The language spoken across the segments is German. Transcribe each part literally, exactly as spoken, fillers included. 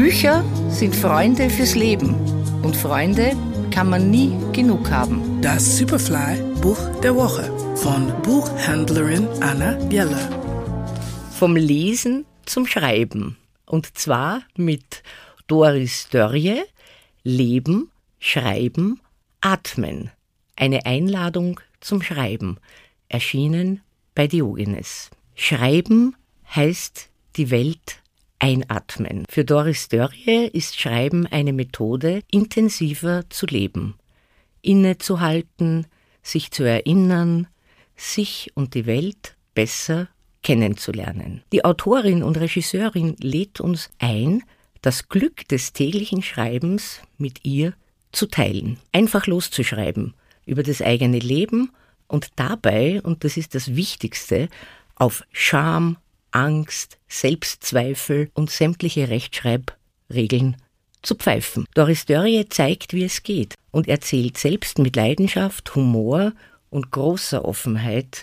Bücher sind Freunde fürs Leben und Freunde kann man nie genug haben. Das Superfly-Buch der Woche von Buchhändlerin Anna Jeller. Vom Lesen zum Schreiben. Und zwar mit Doris Dörrie, Leben, Schreiben, Atmen. Eine Einladung zum Schreiben. Erschienen bei Diogenes. Schreiben heißt die Welt einatmen. Für Doris Dörrie ist Schreiben eine Methode, intensiver zu leben. Innezuhalten, sich zu erinnern, sich und die Welt besser kennenzulernen. Die Autorin und Regisseurin lädt uns ein, das Glück des täglichen Schreibens mit ihr zu teilen. Einfach loszuschreiben über das eigene Leben und dabei, und das ist das Wichtigste, auf Scham, Angst, Selbstzweifel und sämtliche Rechtschreibregeln zu pfeifen. Doris Dörrie zeigt, wie es geht und erzählt selbst mit Leidenschaft, Humor und großer Offenheit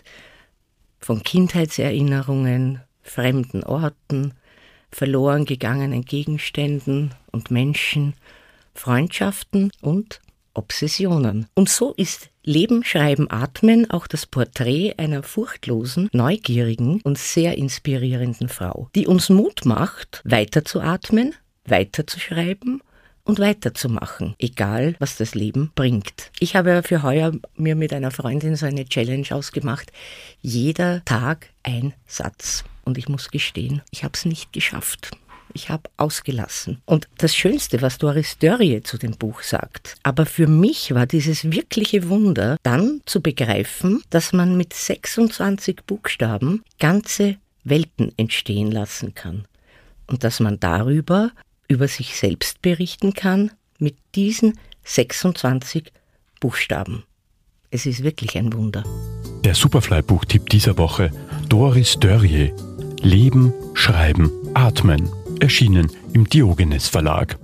von Kindheitserinnerungen, fremden Orten, verloren gegangenen Gegenständen und Menschen, Freundschaften und Obsessionen. Und so ist Leben, Schreiben, Atmen auch das Porträt einer furchtlosen, neugierigen und sehr inspirierenden Frau, die uns Mut macht, weiterzuatmen, weiterzuschreiben und weiterzumachen, egal was das Leben bringt. Ich habe für heuer mir mit einer Freundin so eine Challenge ausgemacht, jeder Tag ein Satz. Und ich muss gestehen, ich habe es nicht geschafft. Ich habe ausgelassen. Und das Schönste, was Doris Dörrie zu dem Buch sagt, aber für mich war dieses wirkliche Wunder, dann zu begreifen, dass man mit sechsundzwanzig Buchstaben ganze Welten entstehen lassen kann. Und dass man darüber über sich selbst berichten kann mit diesen sechsundzwanzig Buchstaben. Es ist wirklich ein Wunder. Der Superfly-Buchtipp dieser Woche: Doris Dörrie, Leben, Schreiben, Atmen. Erschienen im Diogenes Verlag.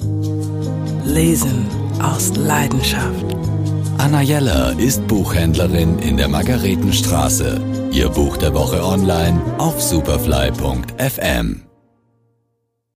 Lesen aus Leidenschaft. Anna Jeller ist Buchhändlerin in der Margaretenstraße. Ihr Buch der Woche online auf superfly punkt f m.